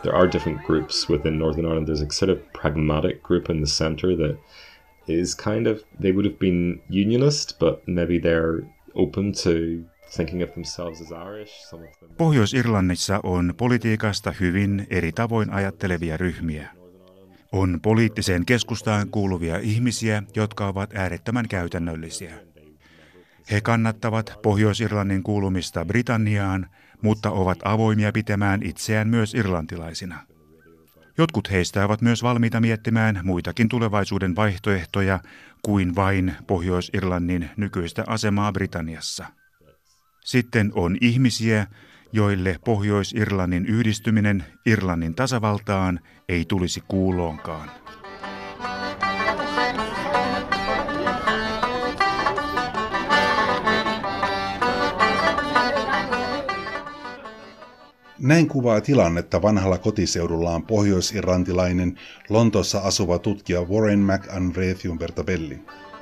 there are different groups within Northern Ireland. There's a sort of pragmatic group in the centre that is kind of, they would have been unionist, but maybe they're open to thinking of themselves as Irish. Some of them. Pohjois-Irlannissa on politiikasta hyvin eri tavoin ajattelevia ryhmiä. On poliittiseen keskustaan kuuluvia ihmisiä, jotka ovat äärettömän käytännöllisiä. He kannattavat Pohjois-Irlannin kuulumista Britanniaan, mutta ovat avoimia pitämään itseään myös irlantilaisina. Jotkut heistä ovat myös valmiita miettimään muitakin tulevaisuuden vaihtoehtoja kuin vain Pohjois-Irlannin nykyistä asemaa Britanniassa. Sitten on ihmisiä, joille Pohjois-Irlannin yhdistyminen Irlannin tasavaltaan ei tulisi kuuloonkaan. Näin kuvaa tilannetta vanhalla kotiseudullaan pohjois-irlantilainen Lontoossa asuva tutkija Warren McAnvrethiumbertabelli.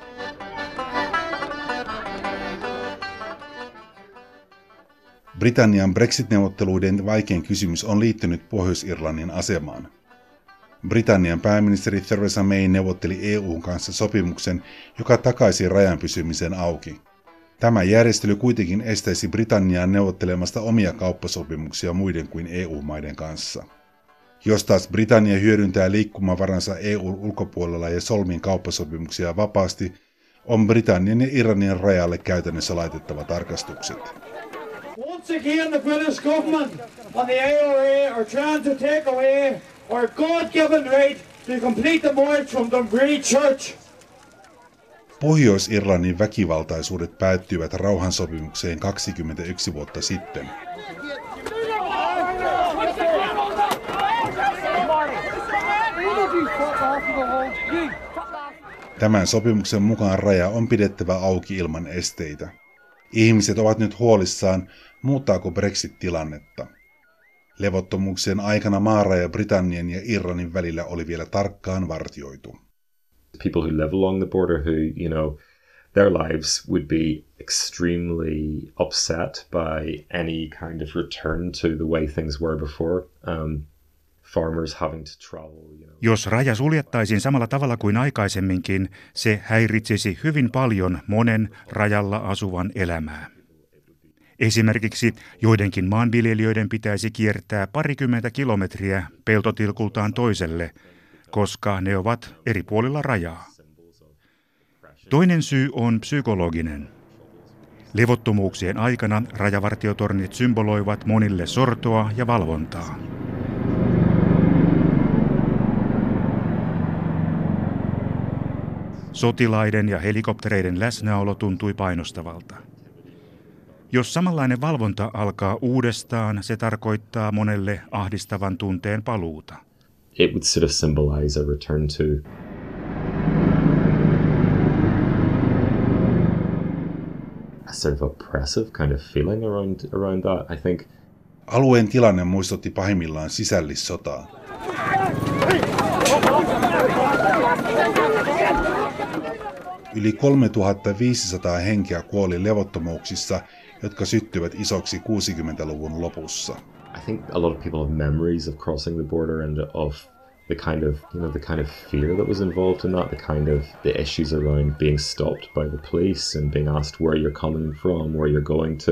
Britannian Brexit-neuvotteluiden vaikein kysymys on liittynyt Pohjois-Irlannin asemaan. Britannian pääministeri Theresa May neuvotteli EU:n kanssa sopimuksen, joka takaisi rajan pysymisen auki. Tämä järjestely kuitenkin estäisi Britanniaa neuvottelemasta omia kauppasopimuksia muiden kuin EU-maiden kanssa. Jos taas Britannia hyödyntää liikkumavaransa EU:n ulkopuolella ja solmii kauppasopimuksia vapaasti, on Britannian ja Irlannin rajalle käytännössä laitettava tarkastukset. Once again the British government and the IRA are trying to take away our God-given right to complete the march from Dunbree Church. Pohjois-Irlannin väkivaltaisuudet päättyivät rauhansopimukseen 21 vuotta sitten. Tämän sopimuksen mukaan raja on pidettävä auki ilman esteitä. Ihmiset ovat nyt huolissaan, muuttaako Brexit tilannetta. Levottomuuksien aikana maaraja Britannian ja Irlannin välillä oli vielä tarkkaan vartioitu. People who live along the border who, their lives would be extremely upset by any kind of return to the way things were before. Farmers having to travel. Jos raja suljettaisiin samalla tavalla kuin aikaisemminkin, se häiritsisi hyvin paljon monen rajalla asuvan elämää. Esimerkiksi joidenkin maanviljelijöiden pitäisi kiertää 20 kilometriä peltotilkultaan toiselle, koska ne ovat eri puolilla rajaa. Toinen syy on psykologinen. Levottomuuksien aikana rajavartiotornit symboloivat monille sortoa ja valvontaa. Sotilaiden ja helikoptereiden läsnäolo tuntui painostavalta. Jos samanlainen valvonta alkaa uudestaan, se tarkoittaa monelle ahdistavan tunteen paluuta. It would sort of symbolize a return to a sort of oppressive kind of feeling around that, I think. Alueen tilanne muistutti pahimmillaan sisällissotaa. Yli 3500 henkeä kuoli levottomuuksissa, jotka syttyivät isoksi 60-luvun lopussa. I think a lot of people have memories of crossing the border and of the kind of fear that was involved in that, the issues around being stopped by the police and being asked where you're coming from, where you're going to.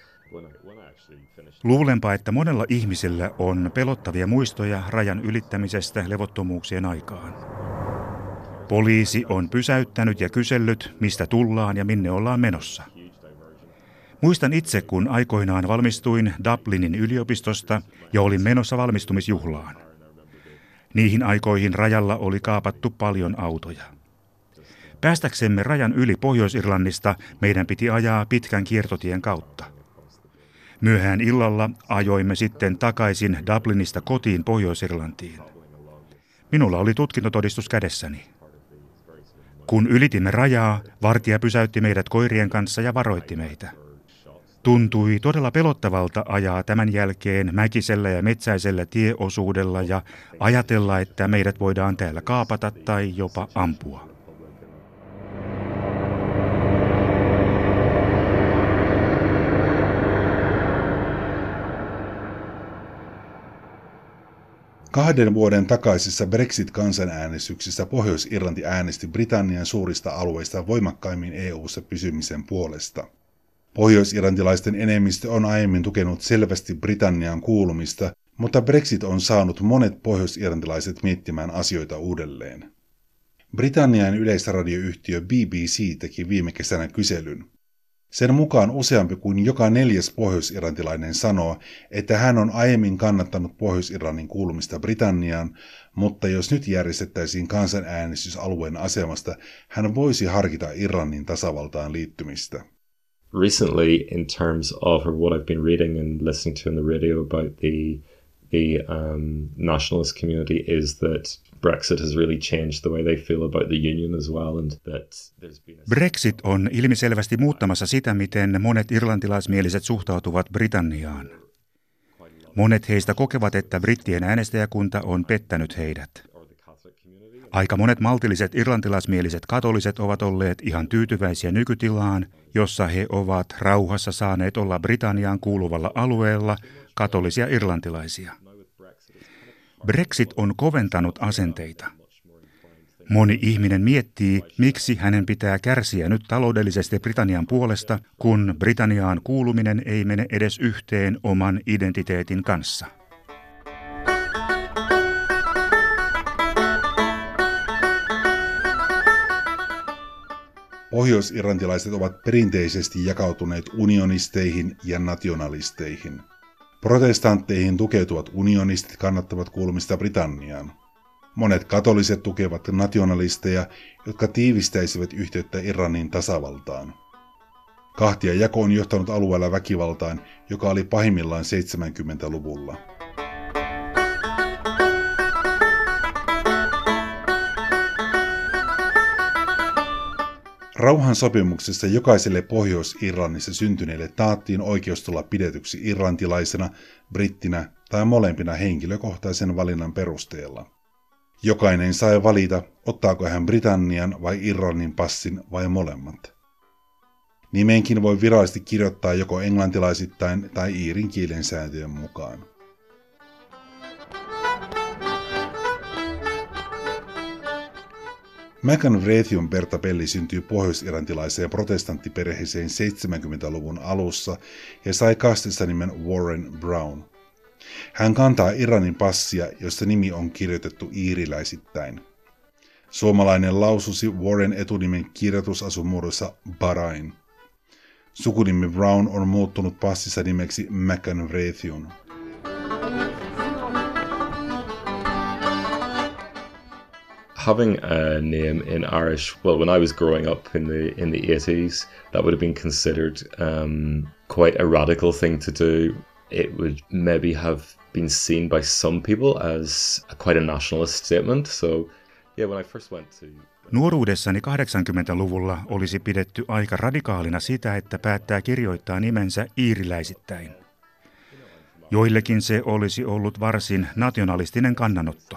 Luulenpa, että monella ihmisellä on pelottavia muistoja rajan ylittämisestä levottomuuksien aikaan. Poliisi on pysäyttänyt ja kysellyt, mistä tullaan ja minne ollaan menossa. Muistan itse, kun aikoinaan valmistuin Dublinin yliopistosta ja olin menossa valmistumisjuhlaan. Niihin aikoihin rajalla oli kaapattu paljon autoja. Päästäksemme rajan yli Pohjois-Irlannista meidän piti ajaa pitkän kiertotien kautta. Myöhään illalla ajoimme sitten takaisin Dublinista kotiin Pohjois-Irlantiin. Minulla oli tutkintotodistus kädessäni. Kun ylitimme rajaa, vartija pysäytti meidät koirien kanssa ja varoitti meitä. Tuntui todella pelottavalta ajaa tämän jälkeen mäkisellä ja metsäisellä tieosuudella ja ajatella, että meidät voidaan täällä kaapata tai jopa ampua. 2 vuoden takaisessa Brexit-kansanäänestyksessä Pohjois-Irlanti äänesti Britannian suurista alueista voimakkaimmin EU:ssa pysymisen puolesta. Pohjois-irlantilaisten enemmistö on aiemmin tukenut selvästi Britanniaan kuulumista, mutta Brexit on saanut monet pohjois-irlantilaiset miettimään asioita uudelleen. Britannian yleisradioyhtiö BBC teki viime kesänä kyselyn. Sen mukaan useampi kuin joka 4. pohjois-irlantilainen sanoo, että hän on aiemmin kannattanut Pohjois-Irlannin kuulumista Britanniaan, mutta jos nyt järjestettäisiin kansanäänestys alueen asemasta, hän voisi harkita Irlannin tasavaltaan liittymistä. Recently, in terms of what I've been reading and listening to on the radio about the nationalist community, is that Brexit has really changed the way they feel about the union as well, and that there's been Brexit on ilmiselvästi muuttamassa sitä, miten monet irlantilaismieliset suhtautuvat Britanniaan. Monet heistä kokevat, että brittien äänestäjäkunta on pettänyt heidät. Aika monet maltilliset irlantilaismieliset katoliset ovat olleet ihan tyytyväisiä nykytilaan, jossa he ovat rauhassa saaneet olla Britanniaan kuuluvalla alueella katolisia irlantilaisia. Brexit on koventanut asenteita. Moni ihminen miettii, miksi hänen pitää kärsiä nyt taloudellisesti Britannian puolesta, kun Britanniaan kuuluminen ei mene edes yhteen oman identiteetin kanssa. Pohjois-irlantilaiset ovat perinteisesti jakautuneet unionisteihin ja nationalisteihin. Protestantteihin tukeutuvat unionistit kannattavat kuulumista Britanniaan. Monet katoliset tukevat nationalisteja, jotka tiivistäisivät yhteyttä Irlannin tasavaltaan. Kahtiajako on johtanut alueella väkivaltaan, joka oli pahimmillaan 70-luvulla. Rauhansopimuksessa jokaiselle Pohjois-Irlannissa syntyneelle taattiin oikeus tulla pidetyksi irlantilaisena, brittinä tai molempina henkilökohtaisen valinnan perusteella. Jokainen sai valita, ottaako hän Britannian vai Irlannin passin vai molemmat. Nimeenkin voi virallisesti kirjoittaa joko englantilaisittain tai iirin kielen sääntöjen mukaan. McAnwreithion Berta Pelli syntyi pohjois-irlantilaiseen protestanttiperheeseen 70-luvun alussa ja sai kastensa nimen Warren Brown. Hän kantaa Irlannin passia, jossa nimi on kirjoitettu iiriläisittäin. Suomalainen laususi Warren etunimen kirjoitusasun muodossa Barain. Sukunimi Brown on muuttunut passissa nimeksi McAnwreithion. Having a name in Irish, well, when I was growing up in the 80s, that would have been considered quite a radical thing to do. It would maybe have been seen by some people as quite a nationalist statement. So, yeah, when I first went to... Nuoruudessani 80-luvulla olisi pidetty aika radikaalina sitä, että päättää kirjoittaa nimensä iiriläisittäin. Joillekin se olisi ollut varsin nationalistinen kannanotto.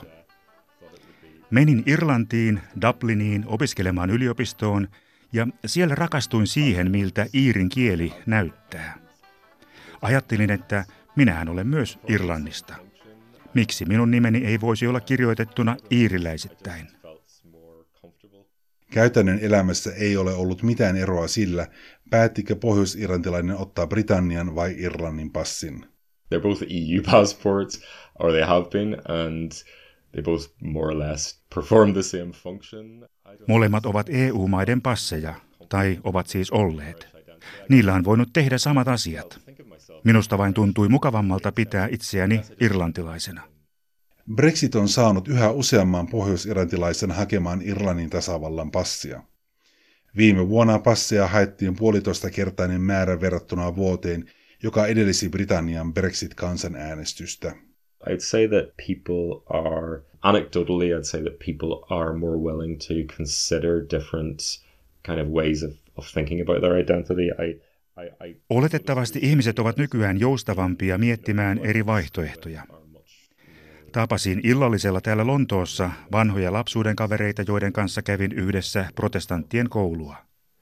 Menin Irlantiin, Dubliniin opiskelemaan yliopistoon ja siellä rakastuin siihen, miltä iirin kieli näyttää. Ajattelin, että minähän olen myös Irlannista. Miksi minun nimeni ei voisi olla kirjoitettuna iiriläisittäin? Käytännön elämässä ei ole ollut mitään eroa sillä, päättikö pohjois-irlantilainen ottaa Britannian vai Irlannin passin. They're both EU passports, or they have been, and they both more or less perform the same function. Molemmat ovat EU-maiden passeja, tai ovat siis olleet. Niillä on voinut tehdä samat asiat. Minusta vain tuntui mukavammalta pitää itseäni irlantilaisena. Brexit on saanut yhä useamman pohjois-irlantilaisen hakemaan Irlannin tasavallan passia. Viime vuonna passeja haettiin 1,5-kertainen määrä verrattuna vuoteen, joka edellisi Britannian Brexit-kansanäänestystä. I'd say that anecdotally, I'd say that people are more willing to consider different kind of ways of thinking about their identity. Oletettavasti ihmiset ovat nykyään joustavampia miettimään eri vaihtoehtoja. Tapasin illallisella täällä Lontoossa vanhoja lapsuuden kavereita, joiden kanssa kävin yhdessä protestanttien koulua.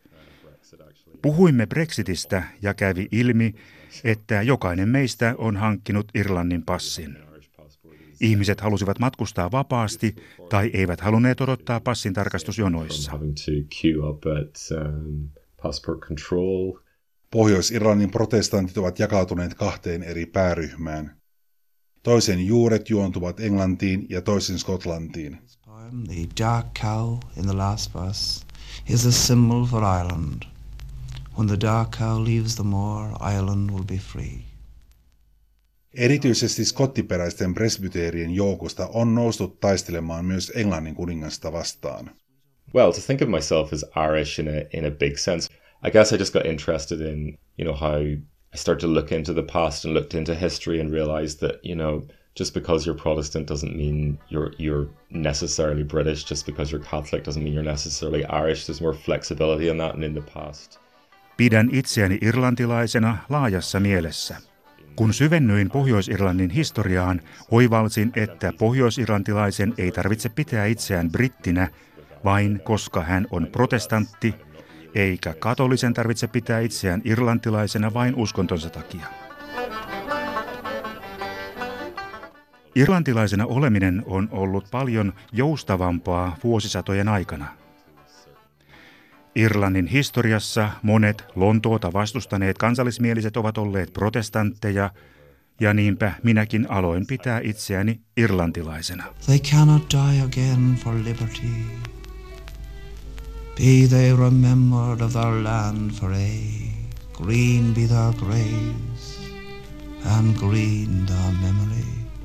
Puhuimme Brexitistä ja kävi ilmi, että jokainen meistä on hankkinut Irlannin passin. Ihmiset halusivat matkustaa vapaasti tai eivät halunneet odottaa passin tarkastusjonoissa. Pohjois-Irlannin protestantit ovat jakautuneet kahteen eri pääryhmään. Toisen juuret juontuvat Englantiin ja toisen Skotlantiin. The dark cow in the last verse is a symbol for Ireland. When the dark cow leaves the moor, Ireland will be free. Erityisesti skottiperäisten presbyteerien joukosta on noustu taistelemaan myös Englannin kuningasta vastaan. Well, to think of myself as Irish in a big sense, I guess I just got interested in, how I started to look into the past and looked into history and realized that, just because you're Protestant doesn't mean you're necessarily British. Just because you're Catholic doesn't mean you're necessarily Irish. There's more flexibility in that than in the past. Pidän itseäni irlantilaisena laajassa mielessä. Kun syvennyin Pohjois-Irlannin historiaan, oivalsin, että pohjois-irlantilaisen ei tarvitse pitää itseään brittinä vain koska hän on protestantti, eikä katolisen tarvitse pitää itseään irlantilaisena vain uskontonsa takia. Irlantilaisena oleminen on ollut paljon joustavampaa vuosisatojen aikana. Irlannin historiassa monet Lontoota vastustaneet kansallismieliset ovat olleet protestantteja, ja niinpä minäkin aloin pitää itseäni irlantilaisena. They cannot die again for liberty. Be they remembered of their land for aye. Green be their graves, and green their memory.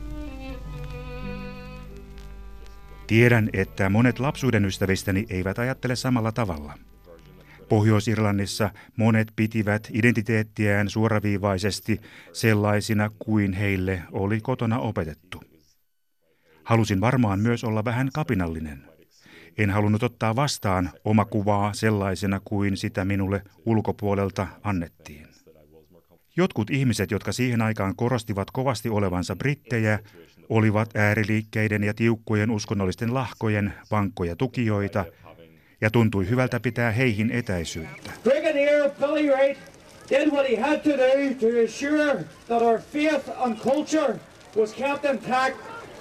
Tiedän, että monet lapsuuden ystävistäni eivät ajattele samalla tavalla. Pohjois-Irlannissa monet pitivät identiteettiään suoraviivaisesti sellaisina kuin heille oli kotona opetettu. Halusin varmaan myös olla vähän kapinallinen. En halunnut ottaa vastaan omakuvaa sellaisena kuin sitä minulle ulkopuolelta annettiin. Jotkut ihmiset, jotka siihen aikaan korostivat kovasti olevansa brittejä, olivat ääriliikkeiden ja tiukkojen uskonnollisten lahkojen vankkoja tukijoita, ja tuntui hyvältä pitää heihin etäisyyttä. Brigadier Billy Wright did what he had to do to ensure that our faith and culture was kept intact.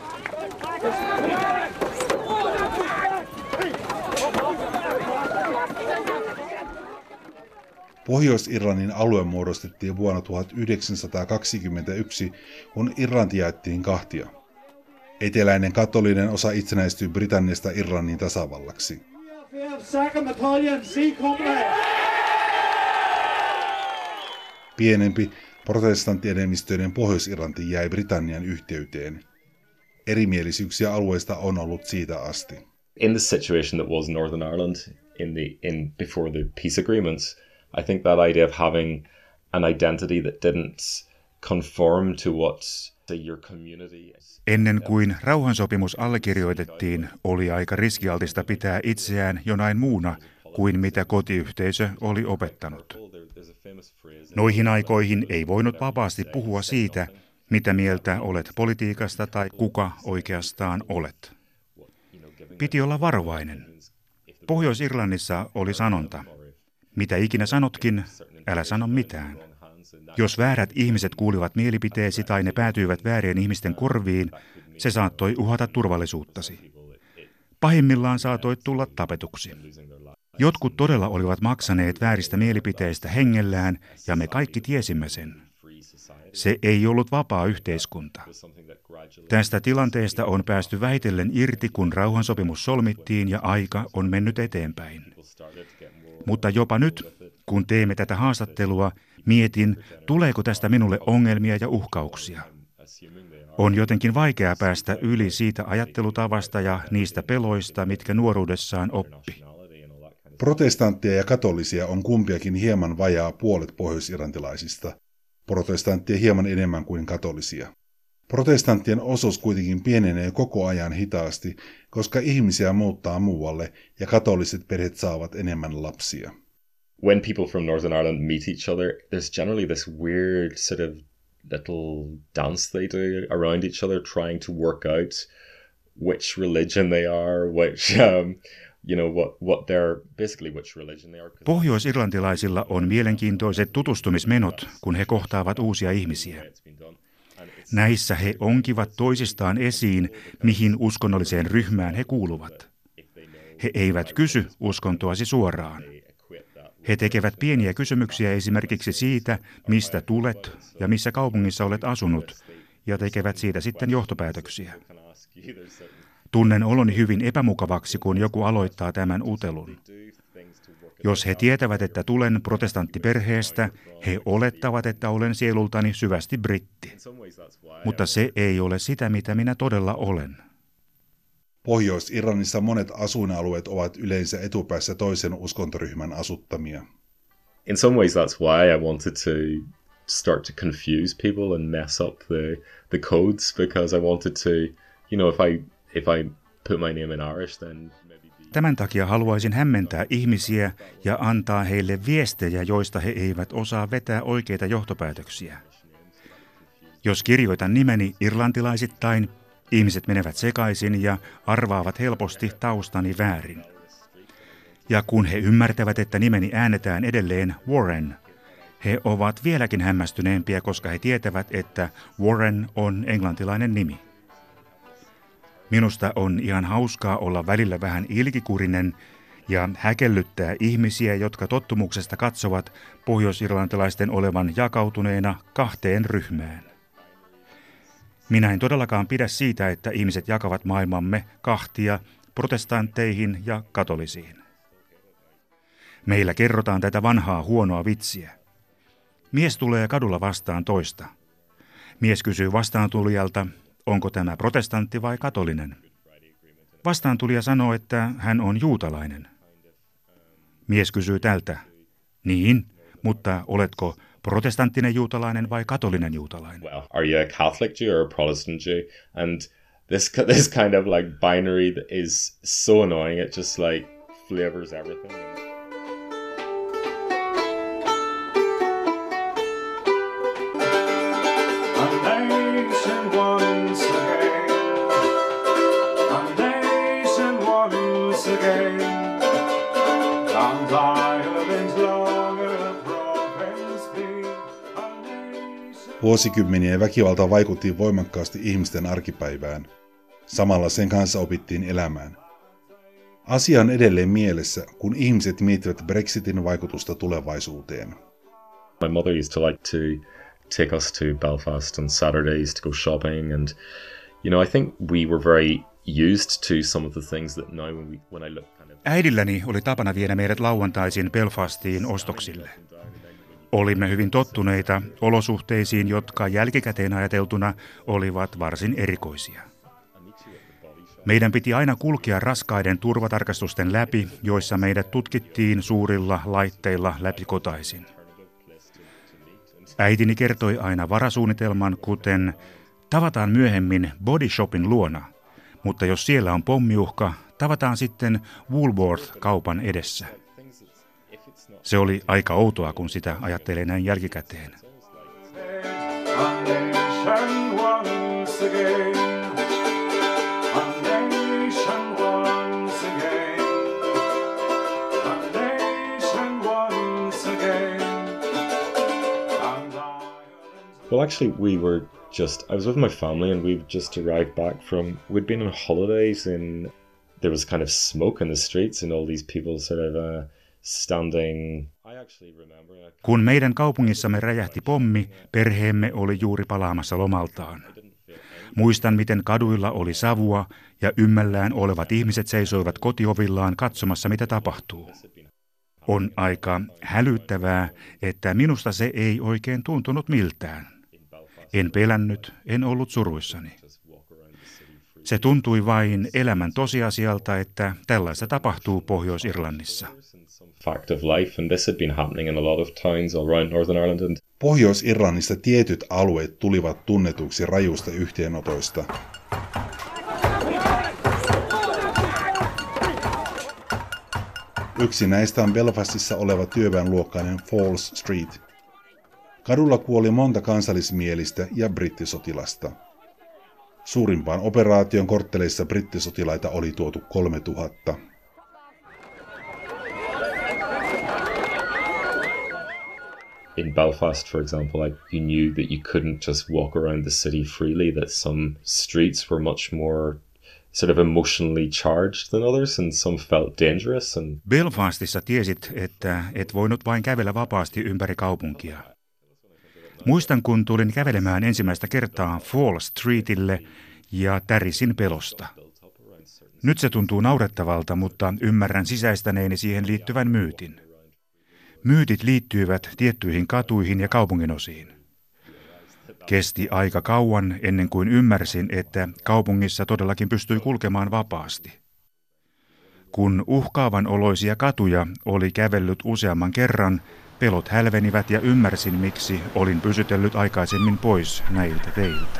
Pohjois-Irlannin alue muodostettiin vuonna 1921, kun Irlanti jaettiin kahtia. Eteläinen katolinen osa itsenäistyi Britanniasta Irlannin tasavallaksi. Pienempi protestanttienemmistöinen Pohjois-Irlanti jäi Britannian yhteyteen. Erimielisyyksiä alueesta on ollut siitä asti. In the situation that was Northern Ireland before the peace agreements, I think that idea of having an identity that didn't conform to what your community. Ennen kuin rauhansopimus allekirjoitettiin, oli aika riskialtista pitää itseään jonain muuna kuin mitä kotiyhteisö oli opettanut. Noihin aikoihin ei voinut vapaasti puhua siitä, mitä mieltä olet politiikasta tai kuka oikeastaan olet. Piti olla varovainen. Pohjois-Irlannissa oli sanonta: mitä ikinä sanotkin, älä sano mitään. Jos väärät ihmiset kuulivat mielipiteesi tai ne päätyivät väärien ihmisten korviin, se saattoi uhata turvallisuuttasi. Pahimmillaan saatoit tulla tapetuksi. Jotkut todella olivat maksaneet vääristä mielipiteistä hengellään, ja me kaikki tiesimme sen. Se ei ollut vapaa yhteiskunta. Tästä tilanteesta on päästy vähitellen irti, kun rauhansopimus solmittiin ja aika on mennyt eteenpäin. Mutta jopa nyt, kun teemme tätä haastattelua, mietin, tuleeko tästä minulle ongelmia ja uhkauksia. On jotenkin vaikeaa päästä yli siitä ajattelutavasta ja niistä peloista, mitkä nuoruudessaan oppi. Protestantteja ja katolisia on kumpiakin hieman vajaa puolet pohjois-irlantilaisista. Protestantteja hieman enemmän kuin katolisia. Protestanttien osuus kuitenkin pienenee koko ajan hitaasti, koska ihmisiä muuttaa muualle ja katoliset perheet saavat enemmän lapsia. When people from Northern Ireland meet each other, there's generally this weird sort of little dance they do around each other, trying to work out which religion they are, which what they're basically which religion they are. Pohjois-irlantilaisilla on mielenkiintoiset tutustumismenot, kun he kohtaavat uusia ihmisiä. Näissä he onkivat toisistaan esiin, mihin uskonnolliseen ryhmään he kuuluvat. He eivät kysy uskontoasi suoraan. He tekevät pieniä kysymyksiä esimerkiksi siitä, mistä tulet ja missä kaupungissa olet asunut, ja tekevät siitä sitten johtopäätöksiä. Tunnen oloni hyvin epämukavaksi, kun joku aloittaa tämän utelun. Jos he tietävät, että tulen protestanttiperheestä, he olettavat, että olen sielultani syvästi britti. Mutta se ei ole sitä, mitä minä todella olen. Pohjois-Irlannissa monet asuinalueet ovat yleensä etupäässä toisen uskontoryhmän asuttamia. In some ways that's why I wanted to start to confuse people and mess up the codes, because I wanted to, if I put my name in Irish, then maybe... Tämän takia haluaisin hämmentää ihmisiä ja antaa heille viestejä, joista he eivät osaa vetää oikeita johtopäätöksiä. Jos kirjoitan nimeni irlantilaisittain, ihmiset menevät sekaisin ja arvaavat helposti taustani väärin. Ja kun he ymmärtävät, että nimeni äänetään edelleen Warren, he ovat vieläkin hämmästyneempiä, koska he tietävät, että Warren on englantilainen nimi. Minusta on ihan hauskaa olla välillä vähän ilkikurinen ja häkellyttää ihmisiä, jotka tottumuksesta katsovat pohjoisirlantilaisten olevan jakautuneena kahteen ryhmään. Minä en todellakaan pidä siitä, että ihmiset jakavat maailmamme kahtia protestantteihin ja katolisiin. Meillä kerrotaan tätä vanhaa huonoa vitsiä. Mies tulee kadulla vastaan toista. Mies kysyy vastaantulijalta, onko tämä protestantti vai katolinen. Vastaantulija sanoo, että hän on juutalainen. Mies kysyy tältä, niin, mutta oletko protestanttinen juutalainen vai katolinen juutalainen? Well, are you a Catholic Jew or a Protestant Jew? And this kind of like binary is so annoying. It just like flavors everything. Vuosikymmenien väkivalta vaikutti voimakkaasti ihmisten arkipäivään. Samalla sen kanssa opittiin elämään. Asia on edelleen mielessä, kun ihmiset miettivät Brexitin vaikutusta tulevaisuuteen. My mother used to like to take us to Belfast on Saturdays to go shopping, and I think we were very used to some of the things that now when I look kind of... Äidilläni oli tapana viedä meidät lauantaisin Belfastiin ostoksille. Olimme hyvin tottuneita olosuhteisiin, jotka jälkikäteen ajateltuna olivat varsin erikoisia. Meidän piti aina kulkea raskaiden turvatarkastusten läpi, joissa meidät tutkittiin suurilla laitteilla läpikotaisin. Äitini kertoi aina varasuunnitelman, kuten tavataan myöhemmin Body Shopin luona, mutta jos siellä on pommiuhka, tavataan sitten Woolworth-kaupan edessä. Se oli aika outoa, kun sitä ajattelee näin jälkikäteen. Well, actually, I was with my family and we've just arrived back we'd been on holidays and there was kind of smoke in the streets and all these people sort of standing. Kun meidän kaupungissamme räjähti pommi, perheemme oli juuri palaamassa lomaltaan. Muistan, miten kaduilla oli savua ja ymmällään olevat ihmiset seisoivat kotiovillaan katsomassa, mitä tapahtuu. On aika hälyttävää, että minusta se ei oikein tuntunut miltään. En pelännyt, en ollut suruissani. Se tuntui vain elämän tosiasialta, että tällaista tapahtuu Pohjois-Irlannissa. Fact of life, and this had been happening in a lot of towns around Northern Ireland. Pohjois-Irlannissa tietyt alueet tulivat tunnetuksi rajuista yhteenotoista. Yksi näistä on Belfastissa oleva työväenluokkainen Falls Street. Kadulla kuoli monta kansallismielistä ja brittisotilasta. Suurimpaan operaation kortteleissa brittisotilaita oli tuotu 3000. in Belfast, for example, like you knew that you couldn't just walk around the city freely, that some streets were much more sort of emotionally charged than others, and some felt dangerous. And Belfastissa tiesit, että et voinut vain kävellä vapaasti ympäri kaupunkia. Muistan, kun tulin kävelemään ensimmäistä kertaa Fall Streetille ja tärisin pelosta. Nyt se tuntuu naurettavalta, mutta ymmärrän sisäistäneeni siihen liittyvän myytin. Myytit liittyivät tiettyihin katuihin ja kaupunginosiin. Kesti aika kauan ennen kuin ymmärsin, että kaupungissa todellakin pystyi kulkemaan vapaasti. Kun uhkaavan oloisia katuja oli kävellyt useamman kerran, pelot hälvenivät ja ymmärsin, miksi olin pysytellyt aikaisemmin pois näiltä teiltä.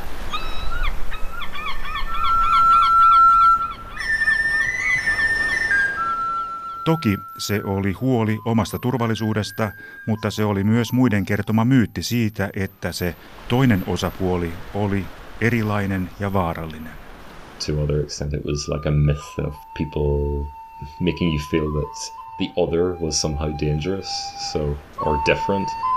Toki se oli huoli omasta turvallisuudesta, mutta se oli myös muiden kertoma myytti siitä, että se toinen osapuoli oli erilainen ja vaarallinen. To other extent it was like a myth of people making you feel that the other was somehow dangerous, or different.